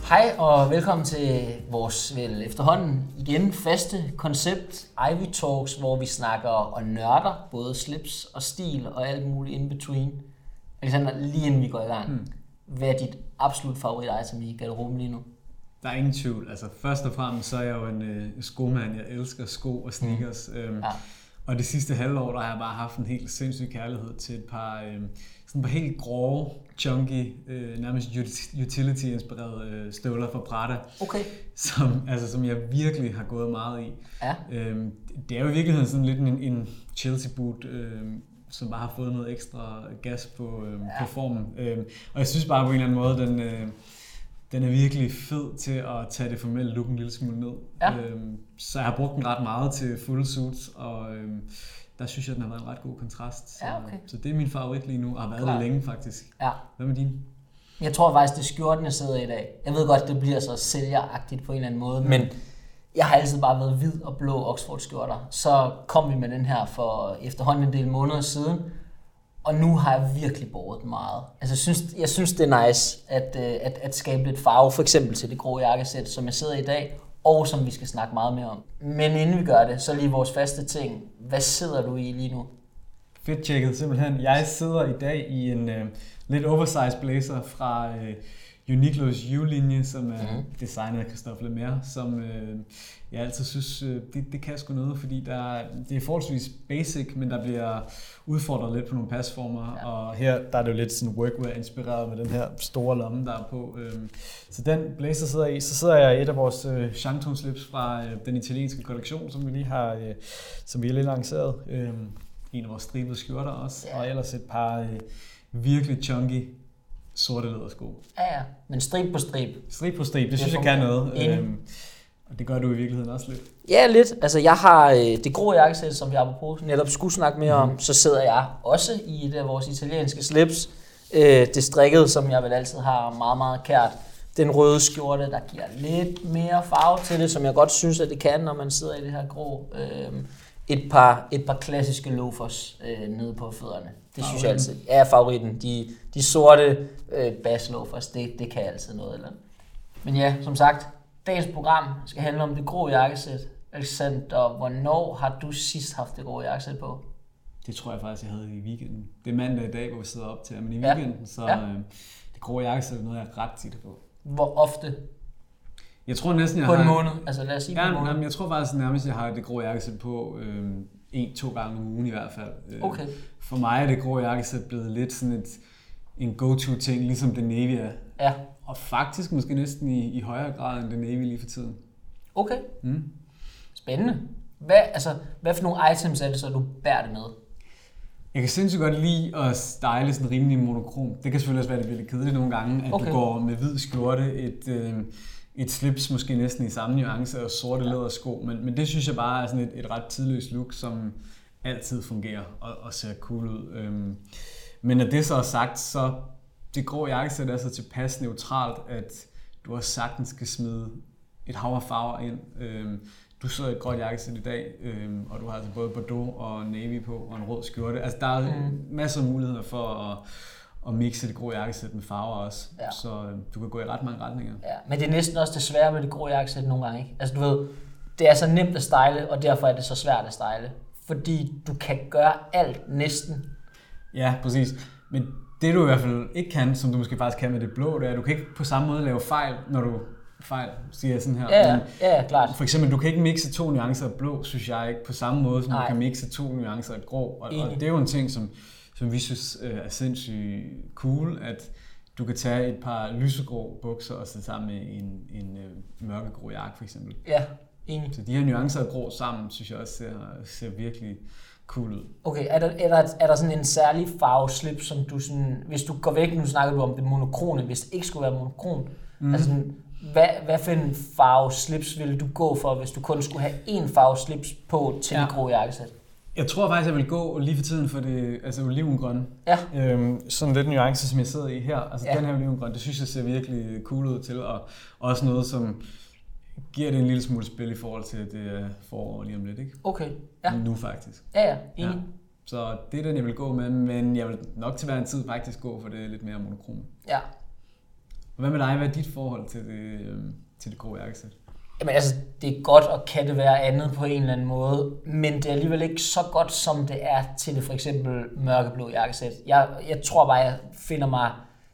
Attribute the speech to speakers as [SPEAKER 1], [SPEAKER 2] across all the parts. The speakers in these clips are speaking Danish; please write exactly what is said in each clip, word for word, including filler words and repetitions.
[SPEAKER 1] Hej og velkommen til vores vel efterhånden igen faste koncept Ivy Talks, hvor vi snakker og nørder både slips og stil og alt muligt in between. Alexander, lige inden vi går i gang, hmm. hvad er dit absolut favorit item i garderoben lige nu?
[SPEAKER 2] Der er ingen tvivl. Altså først og fremmest så er jeg jo en øh, skomand. Jeg elsker sko og sneakers. Mm. Øhm, ja. Og det sidste halvår, der har jeg bare haft en helt sindssyg kærlighed til et par øh, sådan et par helt grove, chunky, øh, nærmest utility-inspirerede øh, støvler fra Prada.
[SPEAKER 1] Okay.
[SPEAKER 2] Som, altså, som jeg virkelig har gået meget i.
[SPEAKER 1] Ja.
[SPEAKER 2] Øhm, det er jo i virkeligheden sådan lidt en, en Chelsea boot, øh, som bare har fået noget ekstra gas på, øh, ja. på formen. Øh, og jeg synes bare på en eller anden måde, den... Øh, Den er virkelig fed til at tage det formelle look en lille smule ned.
[SPEAKER 1] Ja.
[SPEAKER 2] Øhm, så jeg har brugt den ret meget til full suits, og øhm, der synes jeg, den har været en ret god kontrast. Så,
[SPEAKER 1] ja, okay.
[SPEAKER 2] så det er min favorit lige nu, og har været
[SPEAKER 1] Klar.
[SPEAKER 2] det længe faktisk.
[SPEAKER 1] Ja.
[SPEAKER 2] Hvad med din?
[SPEAKER 1] Jeg tror faktisk, det er skjorten, jeg sidder i i dag. Jeg ved godt, det bliver så sælgeragtigt på en eller anden måde, mm. men jeg har altid bare været hvid og blå Oxford-skjorter. Så kom vi med den her for efterhånden en del måneder siden, og nu har jeg virkelig båret den meget. Altså, jeg synes, jeg synes det er nice at, at, at skabe lidt farve, for eksempel til det grå jakkesæt, som jeg sidder i i dag, og som vi skal snakke meget mere om. Men inden vi gør det, så lige vores faste ting. Hvad sidder du i lige nu?
[SPEAKER 2] Fedt tjekket, simpelthen. Jeg sidder i dag i en uh, lidt oversized blazer fra uh, Uniqlos U-linje, som er mm. designet af Christophe Lemaire, som uh, jeg altid synes, uh, det, det kan sgu noget, fordi der, det er forholdsvis basic, men der bliver udfordret lidt på nogle pasformer, ja. Og her der er det jo lidt sådan workwear-inspireret med den her store lomme, der er på. Um, så den blazer sidder i. Så sidder jeg i et af vores uh, Shantung slips fra uh, den italienske kollektion, som vi lige har, uh, som vi lige lanceret. Um, en af vores stribede skjorter også, ja. Og ellers et par uh, virkelig chunky sorte lædersko.
[SPEAKER 1] Ja, ja. Men strib på strib.
[SPEAKER 2] Strib på strib, det synes jeg kan noget. Øhm, og det gør du i virkeligheden også lidt.
[SPEAKER 1] Ja, lidt. Altså, jeg har øh, det grå jakkesæt, som vi apropos netop skulle snakke mere om. Mm. Så sidder jeg også i et af vores italienske slips. Øh, det strikket, som jeg vel altid har meget, meget kært. Den røde skjorte, der giver lidt mere farve til det, som jeg godt synes, at det kan, når man sidder i det her grå. Øh, et par, et par klassiske loafers øh, nede på fødderne. Det synes jeg altid er favoritten. De, de sorte øh, bass loafers, det, det kan altid noget eller andet. Men ja, som sagt, dagens program skal handle om det grå jakkesæt. Alexander, hvornår har du sidst haft det grå jakkesæt på?
[SPEAKER 2] Det tror jeg faktisk, jeg havde i weekenden. Det er mandag i dag, hvor vi sidder op til, men i weekenden, ja. så ja. øh, det grå jakkesæt er noget, jeg er ret tit på.
[SPEAKER 1] Hvor ofte?
[SPEAKER 2] Jeg tror næsten, jeg
[SPEAKER 1] på
[SPEAKER 2] har...
[SPEAKER 1] en måned? Altså lad os sige
[SPEAKER 2] ja,
[SPEAKER 1] på en måned.
[SPEAKER 2] Jamen, jeg tror faktisk nærmest, jeg har det grå jakkesæt på øh, en, to gange om ugen i hvert fald.
[SPEAKER 1] Okay.
[SPEAKER 2] For mig er det grå jakkesæt blevet lidt sådan et, en go-to-ting, ligesom det navy er.
[SPEAKER 1] Ja.
[SPEAKER 2] Og faktisk måske næsten i, i højere grad end det navy lige for tiden.
[SPEAKER 1] Okay.
[SPEAKER 2] Mm.
[SPEAKER 1] Spændende. Hvad, altså, hvad for nogle items er det så, du bærer det med?
[SPEAKER 2] Jeg kan sindssygt godt lide at style sådan rimelig monokrom. Det kan selvfølgelig også være, det bliver lidt kedeligt nogle gange, at okay. du går med hvid skjorte, et... Øh, et slips måske næsten i samme nuance og sorte ja. lædersko, men, men det synes jeg bare er sådan et, et ret tidløst look, som altid fungerer og, og ser cool ud. Øhm, men når det så er sagt, så det grå jakkesæt er så tilpas neutralt, at du også sagtens skal smide et hav af farver ind. Øhm, du sidder i et gråt jakkesæt i dag, øhm, og du har altså både Bordeaux og navy på og en rød skjorte. Altså der er mm. masser af muligheder for at og mixe det grå jakkesæt med farver også, ja. Så øh, du kan gå i ret mange retninger. Ja,
[SPEAKER 1] men det er næsten også det svære med det grå jakkesæt nogle gange, ikke? Altså du ved, det er så nemt at style, og derfor er det så svært at style, fordi du kan gøre alt næsten.
[SPEAKER 2] Ja, præcis. Men det du i hvert fald ikke kan, som du måske faktisk kan med det blå, det er, at du kan ikke på samme måde lave fejl, når du fejl, siger jeg sådan her.
[SPEAKER 1] Ja, ja, ja, klart.
[SPEAKER 2] For eksempel, du kan ikke mixe to nuancer af blå, synes jeg ikke, på samme måde, som Nej. du kan mixe to nuancer af grå. Og, og det er jo en ting, som som vi synes er sindssygt cool, at du kan tage et par lysegrå bukser og sætte sammen med en, en uh, mørkegrå jakke for eksempel.
[SPEAKER 1] Ja, enig.
[SPEAKER 2] Så de her nuancer af grå sammen, synes jeg også ser, ser virkelig cool ud.
[SPEAKER 1] Okay, er der, er der, er der sådan en særlig farveslip, som du sådan, hvis du går væk, nu snakker du om det monokrone, hvis det ikke skulle være monokron, mm. altså sådan, hvad, hvad for en farveslips ville du gå for, hvis du kun skulle have én farveslips på til ja. det grå jakkesæt?
[SPEAKER 2] Jeg tror faktisk, jeg vil gå lige for tiden for det, altså olivengrønne.
[SPEAKER 1] Ja.
[SPEAKER 2] Øhm, sådan lidt nuance, som jeg sidder i her. Altså
[SPEAKER 1] ja.
[SPEAKER 2] den her olivengrønne, det synes jeg ser virkelig cool ud til, og også noget, som giver det en lille smule spil i forhold til, at det er forår lige om lidt, ikke?
[SPEAKER 1] Okay, ja.
[SPEAKER 2] Nu faktisk.
[SPEAKER 1] Ja, ja, enig. Ja.
[SPEAKER 2] Så det er den, jeg vil gå med, men jeg vil nok til hver en tid faktisk gå for det lidt mere monokrom.
[SPEAKER 1] Ja.
[SPEAKER 2] Hvad med dig? Hvad er dit forhold til det, til det grå jakkesæt?
[SPEAKER 1] Jamen altså, det er godt, og kan det være andet på en eller anden måde, men det er alligevel ikke så godt, som det er til det for eksempel mørkeblå jakkesæt. Jeg, jeg tror bare, jeg finder mig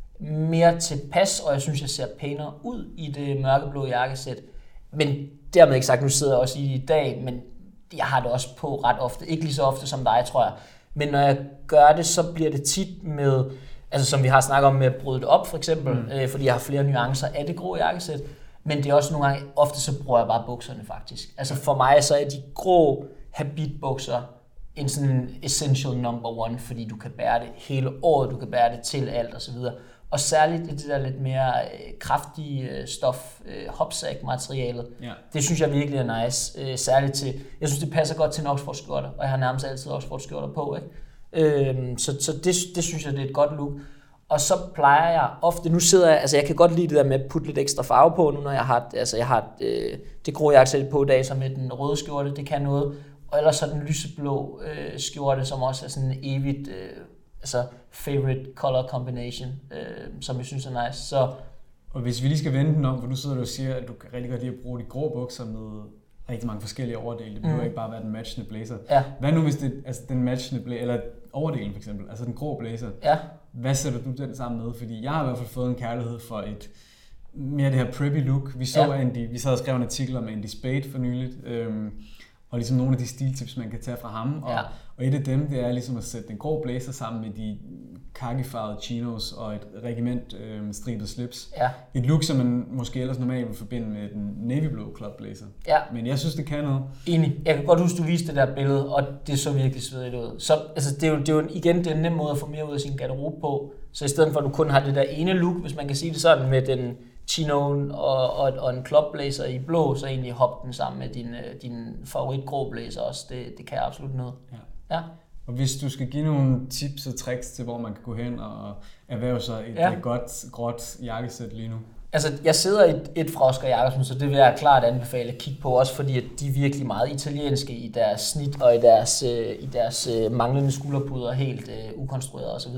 [SPEAKER 1] mere tilpas, og jeg synes, jeg ser pænere ud i det mørkeblå jakkesæt. Men dermed ikke sagt, nu sidder jeg også i det i dag, men jeg har det også på ret ofte. Ikke lige så ofte som dig, tror jeg. Men når jeg gør det, så bliver det tit med, altså som vi har snakket om med at bryde det op for eksempel, mm. øh, fordi jeg har flere nuancer af det grå jakkesæt. Men det er også nogle gange, ofte så bruger jeg bare bukserne faktisk. Altså for mig så er de grå habitbukser en sådan essential number one, fordi du kan bære det hele året, du kan bære det til alt og så videre. Og særligt det der lidt mere øh, kraftige øh, stof, øh, hopsack-materialet, ja. Det synes jeg virkelig er nice. Øh, særligt til, jeg synes det passer godt til en Oxford-skjorte, og jeg har nærmest altid Oxford-skjorter på, ikke? Øh, så så det, det synes jeg det er et godt look. Og så plejer jeg ofte, nu sidder jeg, altså jeg kan godt lide det der med at putte lidt ekstra farve på nu, når jeg har, altså jeg har øh, det grå jakkesæt på i dag, som med den røde skjorte, det kan noget. Og ellers så den lyseblå øh, skjorte, som også er sådan en evigt, øh, altså favorite color combination, øh, som jeg synes er nice. Så,
[SPEAKER 2] og hvis vi lige skal vende den om, for nu sidder du og siger, at du kan rigtig godt lide at bruge de grå bukser med rigtig mange forskellige overdele. Det behøver mm. ikke bare være den matchende blazer. Ja. Hvad nu hvis det, altså den matchende blazer, eller overdelen for eksempel, altså den grå blazer. Ja. Hvad sætter du den sammen med? Fordi jeg har i hvert fald fået en kærlighed for et mere det her preppy look. Vi så ja. Andy, vi sad og skrev en artikel om Andy Spade for nyligt, øhm, og ligesom nogle af de stiltips, man kan tage fra ham. Og, ja. og et af dem, det er ligesom at sætte den grå blazer sammen med de khaki-farvede chinos og et regiment øh, stribet slips. Ja. Et look, som man måske ellers normalt vil forbinde med den navyblå club blazer. Ja. Men jeg synes, det kan noget.
[SPEAKER 1] Enig. Jeg kan godt huske, du viste det der billede, og det så virkelig svedigt ud. Så altså, det er jo, det er jo igen det er en nem måde at få mere ud af sin garderobe på. Så i stedet for, at du kun har det der ene look, hvis man kan sige det sådan, med den chinoen og, og, og en club blazer i blå, så egentlig hoppe den sammen med din, din favorit grå blazer også. Det, det kan absolut noget. Ja. Ja.
[SPEAKER 2] Og hvis du skal give nogle tips og tricks til, hvor man kan gå hen og erhverve sig et ja. godt, gråt jakkesæt lige nu?
[SPEAKER 1] Altså, jeg sidder i et, et fra Oscar Jacobsen, så det vil jeg klart anbefale at kigge på, også fordi at de er virkelig meget italienske i deres snit og i deres, øh, i deres øh, manglende skulderpuder, helt øh, ukonstrueret osv.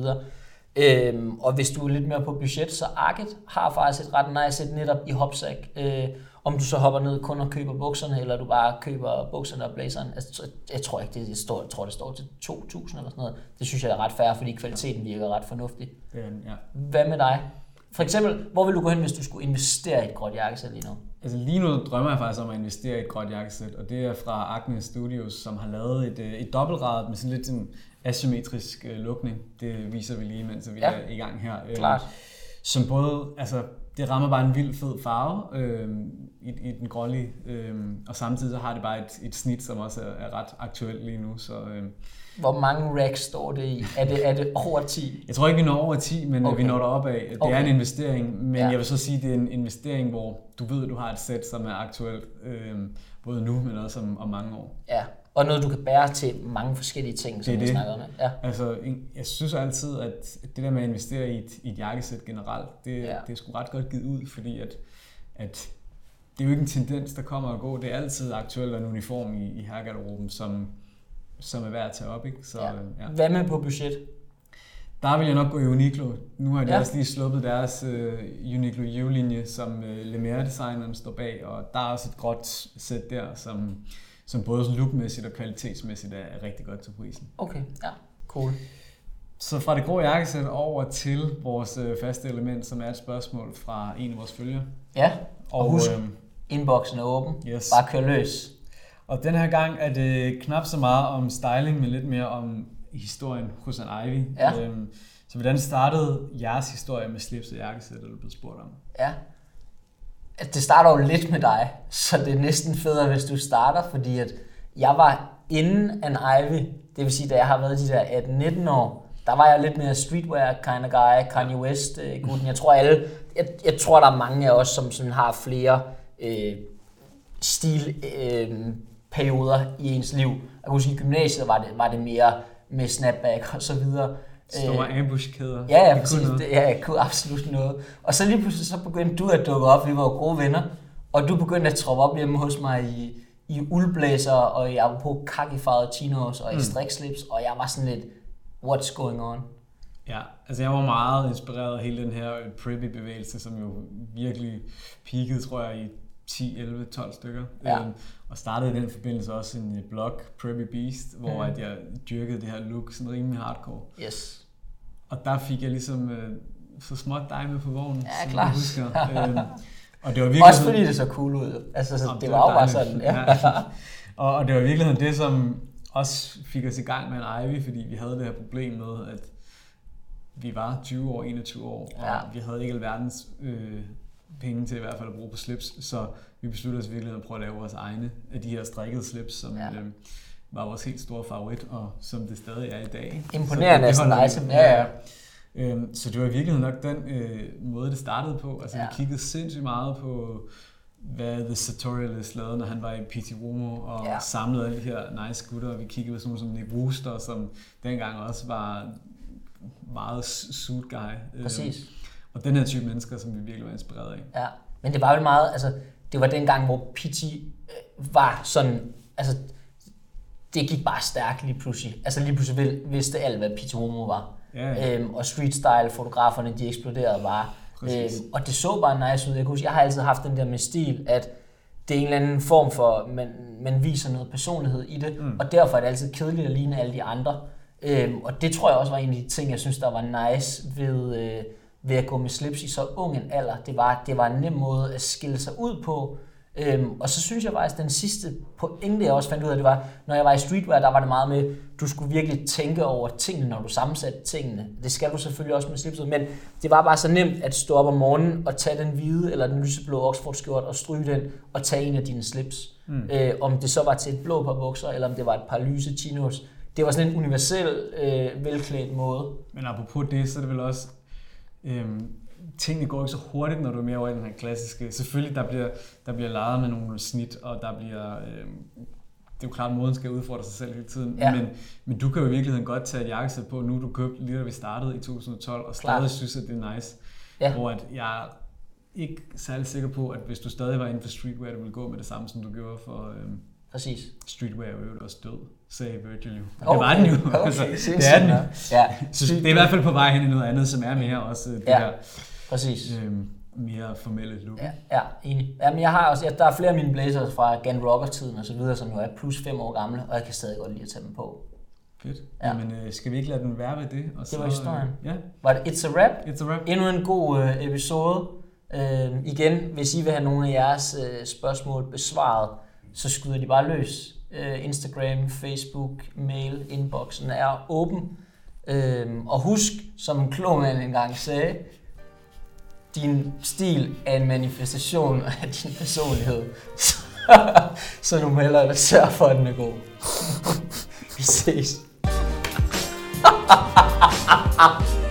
[SPEAKER 1] Øhm, og hvis du er lidt mere på budget, så Arket har faktisk et ret nice et netop i hopsack. Øh, om du så hopper ned kun og køber bukserne, eller du bare køber bukserne og blazeren. Altså, jeg tror ikke, det står, jeg tror, det står til to tusind eller sådan noget. Det synes jeg er ret fair, fordi kvaliteten virker ret fornuftig. Ja, ja. Hvad med dig? For eksempel, hvor vil du gå hen, hvis du skulle investere i et gråt jakkesæt lige nu?
[SPEAKER 2] Altså lige nu drømmer jeg faktisk om at investere i et gråt jakkesæt, og det er fra Acne Studios, som har lavet et, et dobbeltradet med sådan lidt sådan asymmetrisk øh, lukning. Det viser vi lige, mens vi ja. er i gang her.
[SPEAKER 1] Klart.
[SPEAKER 2] Øh, som både, altså det rammer bare en vild fed farve øh, i, i den grålige, øh, og samtidig så har det bare et, et snit, som også er, er ret aktuelt lige nu. Så, øh,
[SPEAKER 1] hvor mange racks står det i? Er det, er det over ti?
[SPEAKER 2] Jeg tror ikke, vi når over ti, men okay. vi når derop af. Det okay. er en investering, men ja. jeg vil så sige, at det er en investering, hvor du ved, at du har et sæt, som er aktuelt, øh, både nu, men også om, om mange år.
[SPEAKER 1] Ja, og noget, du kan bære til mange forskellige ting, som vi snakker om. Ja.
[SPEAKER 2] Altså, jeg synes altid, at det der med at investere i et, i et jakkesæt generelt, det, ja. det er sgu ret godt givet ud, fordi at, at det er jo ikke en tendens, der kommer og går. Det er altid aktuelt en uniform i, i herregarderoben, som som er værd at tage op, ikke? Så,
[SPEAKER 1] ja. Ja. Hvad med på budget?
[SPEAKER 2] Der vil jeg nok gå i Uniqlo. Nu har de ja. også lige sluppet deres uh, Uniqlo U-linje, som uh, Lemaire-designeren står bag, og der er også et gråt sæt der, som, som både lookmæssigt og kvalitetsmæssigt er, er rigtig godt til prisen.
[SPEAKER 1] Okay, ja, cool.
[SPEAKER 2] Så fra det grå jakkesæt over til vores uh, faste element, som er et spørgsmål fra en af vores følgere.
[SPEAKER 1] Ja, og, og husk, øhm, inboxen er åben. Yes. Bare kør løs.
[SPEAKER 2] Og den her gang er det knap så meget om styling, men lidt mere om historien hos en Ivy. Ja. Øhm, så hvordan startede jeres historie med slips og jakkesæt, er du blevet spurgt om?
[SPEAKER 1] Ja, det starter jo lidt med dig, så det er næsten federe, hvis du starter, fordi at jeg var inden en Ivy, det vil sige, da jeg har været de der atten nitten år, der var jeg lidt mere streetwear kind of guy, Kanye West øh, gutten. Jeg tror alle, jeg, jeg tror der er mange af os, som sådan har flere øh, stil øh, perioder i ens liv. Jeg kan huske, i gymnasiet var det, var det mere med snapback og så videre.
[SPEAKER 2] Store ambush-kæder.
[SPEAKER 1] Ja, ja, præcis. Det, ja, jeg kunne absolut noget. Og så lige pludselig så begyndte du at dukke op. Vi var jo gode venner. Og du begyndte at troppe op hjemme hos mig i, i uldblæser, og jeg var på khaki-farvede chinos og i mm. strikslips. Og jeg var sådan lidt, what's going on?
[SPEAKER 2] Ja, altså jeg var meget inspireret af hele den her preppy-bevægelse, som jo virkelig peakede, tror jeg, i ti, elleve, tolv stykker.
[SPEAKER 1] Ja.
[SPEAKER 2] Øhm, og startede i den forbindelse også en blog, Preppy Beast, hvor mm. at jeg dyrkede det her look sådan rimelig hardcore.
[SPEAKER 1] Yes.
[SPEAKER 2] Og der fik jeg ligesom øh, så småt dig med på vognen,
[SPEAKER 1] ja,
[SPEAKER 2] som
[SPEAKER 1] klart.
[SPEAKER 2] jeg husker. øhm, og det var virkelig
[SPEAKER 1] også fordi det så cool ud. Altså, så det, det var jo bare sådan. Ja.
[SPEAKER 2] Ja. og, og det var virkelig det, som også fik os i gang med en Ivy, fordi vi havde det her problem med, at vi var tyve år, enogtyve år, og ja. vi havde ikke alverdens øh, penge til i hvert fald at bruge på slips, så vi besluttede os virkelig at prøve at lave vores egne af de her strikkede slips, som ja. øh, var vores helt store favorit, og som det stadig er i dag.
[SPEAKER 1] Imponerende af sådan nice. Ja, ja.
[SPEAKER 2] Øhm, så det var virkelig nok den øh, måde, det startede på. Altså ja. vi kiggede sindssygt meget på, hvad The Sartorialist lavede, når han var i P T Womo, og ja. samlede alle de her nice gutter, og vi kiggede på sådan nogle som Nick Wooster, som dengang også var meget suit guy.
[SPEAKER 1] Præcis.
[SPEAKER 2] Øhm, og den her type mennesker, som vi virkelig var inspireret af.
[SPEAKER 1] Ja, men det var vel meget, altså det var den gang, hvor P T var sådan, altså det gik bare stærkt lige pludselig. Altså lige pludselig vidste alle, hvad P T Womo var.
[SPEAKER 2] Ja, ja.
[SPEAKER 1] Øhm, og street style fotograferne, de eksploderede bare. Øhm, og det så bare nice ud. Jeg kan huske, jeg har altid haft den der med stil, at det er en eller anden form for, man, man viser noget personlighed i det, mm. og derfor er det altid kedeligt at ligne alle de andre. Øhm, og det tror jeg også var en af de ting, jeg synes, der var nice ved, øh, ved at gå med slips i så ung en alder. Det var, det var en nem måde at skille sig ud på. Øhm, og så synes jeg faktisk, den sidste pointe, jeg også fandt ud af, det var, når jeg var i streetwear, der var det meget med, du skulle virkelig tænke over tingene, når du sammensatte tingene. Det skal du selvfølgelig også med slipset, men det var bare så nemt at stå op om morgenen og tage den hvide eller den lyseblå Oxford-skjort og stryge den og tage en af dine slips. Mm. Øh, om det så var til et blå par bukser, eller om det var et par lyse chinos. Det var sådan en universel, øh, velklædt måde.
[SPEAKER 2] Men apropos det, så er det vel også... Øhm tingene går ikke så hurtigt, når du er mere over i den her klassiske. Selvfølgelig, der bliver, der bliver leget med nogle snit, og der bliver... Øh, det er jo klart, at moden skal udfordre sig selv hele tiden. Ja. Men, men du kan jo i virkeligheden godt tage et jakkesæt på, nu du købte lige da vi startede i to tusind og tolv, og stadig klart. Synes, at det er nice. Ja. Hvor at jeg er ikke særlig sikker på, at hvis du stadig var inden for streetwear, du ville gå med det samme, som du gjorde for... Øh,
[SPEAKER 1] Præcis.
[SPEAKER 2] Streetwear er jo også død, sagde Virgil jo.
[SPEAKER 1] Okay.
[SPEAKER 2] Det var den jo.
[SPEAKER 1] Okay.
[SPEAKER 2] altså,
[SPEAKER 1] det
[SPEAKER 2] er den jo.
[SPEAKER 1] Ja.
[SPEAKER 2] Så det er i hvert fald på vej hen i noget andet, som er mere også det
[SPEAKER 1] ja.
[SPEAKER 2] her...
[SPEAKER 1] Præcis.
[SPEAKER 2] Øhm, mere formelle look.
[SPEAKER 1] Ja, ja, enig. Jamen, jeg har også, ja, der er flere af mine blazers fra Gun Rocker-tiden og så videre, som jo er plus fem år gamle, og jeg kan stadig godt lide at tage dem på.
[SPEAKER 2] Fedt. Ja. Jamen, øh, skal vi ikke lade den være ved det? Og så,
[SPEAKER 1] det var historien.
[SPEAKER 2] Øh, ja.
[SPEAKER 1] Var det It's a Rap?
[SPEAKER 2] It's a Rap.
[SPEAKER 1] Endnu en god øh, episode. Øh, igen, hvis I vil have nogle af jeres øh, spørgsmål besvaret, så skyder de bare løs. Øh, Instagram, Facebook, mail, inboxen er åben. Øh, og husk, som en klog mand engang sagde, din stil er en manifestation af din personlighed. Så nu må hellere sørge for, at den er god. Vi ses.